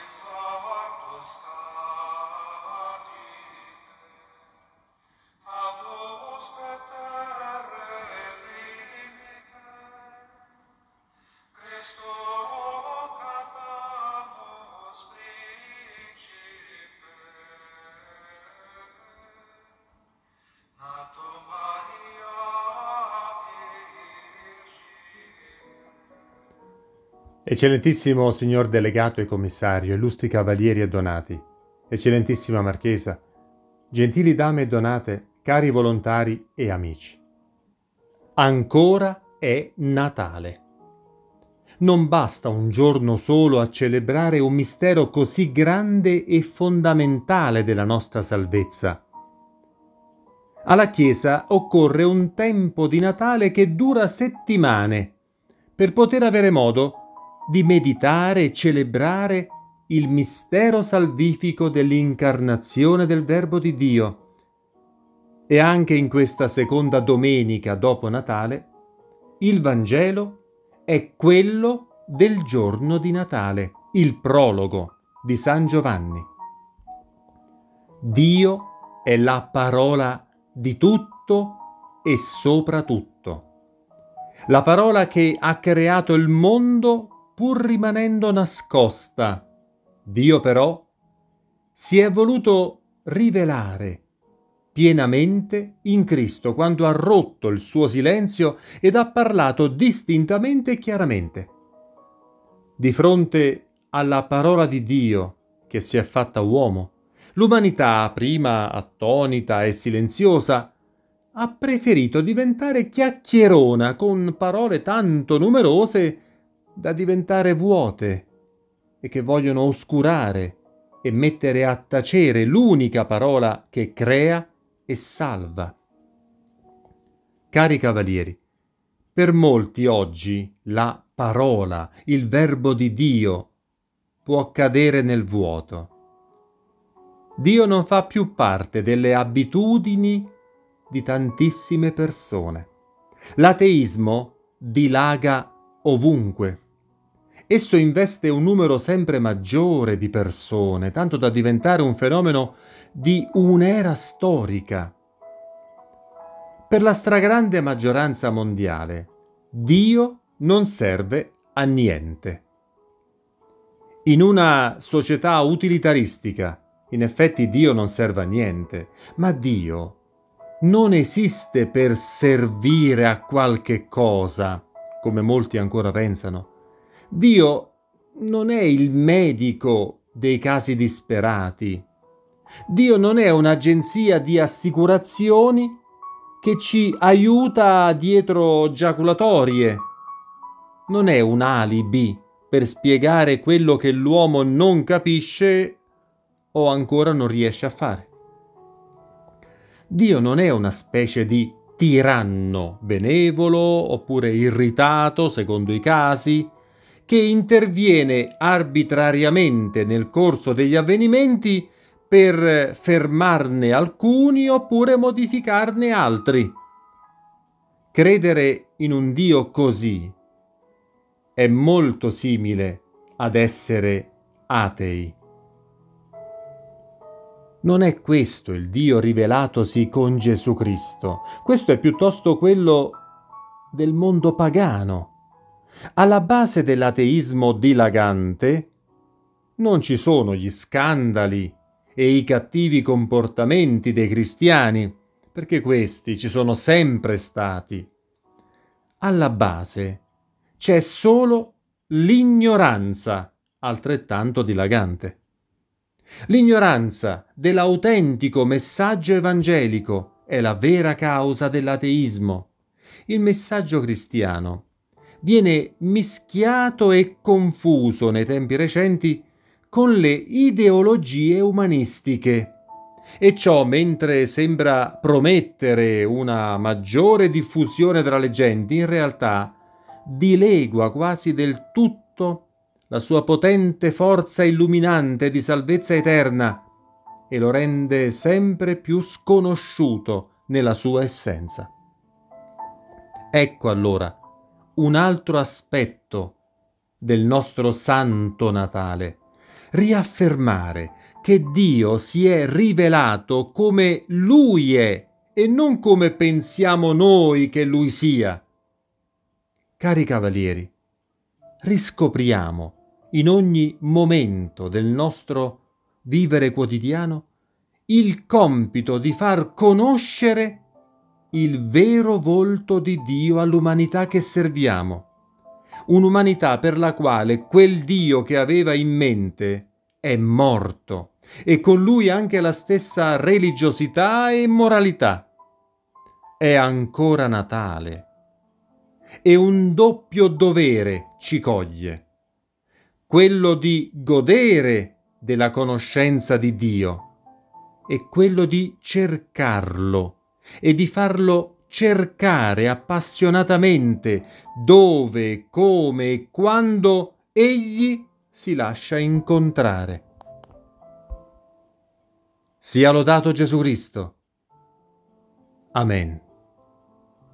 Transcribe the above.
Eccellentissimo signor delegato e commissario, illustri cavalieri e donati, eccellentissima marchesa, gentili dame e donate, cari volontari e amici. Ancora è Natale. Non basta un giorno solo a celebrare un mistero così grande e fondamentale della nostra salvezza. Alla Chiesa occorre un tempo di Natale che dura settimane per poter avere modo di meditare e celebrare il mistero salvifico dell'incarnazione del Verbo di Dio. E anche in questa seconda domenica dopo Natale, il Vangelo è quello del giorno di Natale, il prologo di San Giovanni. Dio è la parola di tutto e sopra tutto. La parola che ha creato il mondo pur rimanendo nascosta. Dio però si è voluto rivelare pienamente in Cristo quando ha rotto il suo silenzio ed ha parlato distintamente e chiaramente. Di fronte alla parola di Dio che si è fatta uomo, l'umanità, prima attonita e silenziosa, ha preferito diventare chiacchierona con parole tanto numerose da diventare vuote e che vogliono oscurare e mettere a tacere l'unica parola che crea e salva. Cari cavalieri, per molti oggi la parola, il verbo di Dio, può cadere nel vuoto. Dio non fa più parte delle abitudini di tantissime persone. L'ateismo dilaga ovunque. Esso investe un numero sempre maggiore di persone, tanto da diventare un fenomeno di un'era storica. Per la stragrande maggioranza mondiale, Dio non serve a niente. In una società utilitaristica, in effetti Dio non serve a niente, ma Dio non esiste per servire a qualche cosa, come molti ancora pensano. Dio non è il medico dei casi disperati. Dio non è un'agenzia di assicurazioni che ci aiuta dietro giaculatorie. Non è un alibi per spiegare quello che l'uomo non capisce o ancora non riesce a fare. Dio non è una specie di tiranno benevolo oppure irritato, secondo i casi, che interviene arbitrariamente nel corso degli avvenimenti per fermarne alcuni oppure modificarne altri. Credere in un Dio così è molto simile ad essere atei. Non è questo il Dio rivelatosi con Gesù Cristo. Questo è piuttosto quello del mondo pagano. Alla base dell'ateismo dilagante non ci sono gli scandali e i cattivi comportamenti dei cristiani, perché questi ci sono sempre stati. Alla base c'è solo l'ignoranza, altrettanto dilagante. L'ignoranza dell'autentico messaggio evangelico è la vera causa dell'ateismo. Il messaggio cristiano viene mischiato e confuso nei tempi recenti con le ideologie umanistiche. E ciò mentre sembra promettere una maggiore diffusione tra le genti, in realtà dilegua quasi del tutto la sua potente forza illuminante di salvezza eterna e lo rende sempre più sconosciuto nella sua essenza. Ecco allora un altro aspetto del nostro Santo Natale. riaffermare che Dio si è rivelato come Lui è e non come pensiamo noi che Lui sia. Cari cavalieri, riscopriamo in ogni momento del nostro vivere quotidiano il compito di far conoscere il vero volto di Dio all'umanità che serviamo. Un'umanità per la quale quel Dio che aveva in mente è morto e con lui anche la stessa religiosità e moralità. È ancora Natale e un doppio dovere ci coglie, quello di godere della conoscenza di Dio e quello di cercarlo e di farlo cercare appassionatamente dove, come e quando egli si lascia incontrare. Sia lodato Gesù Cristo. Amen.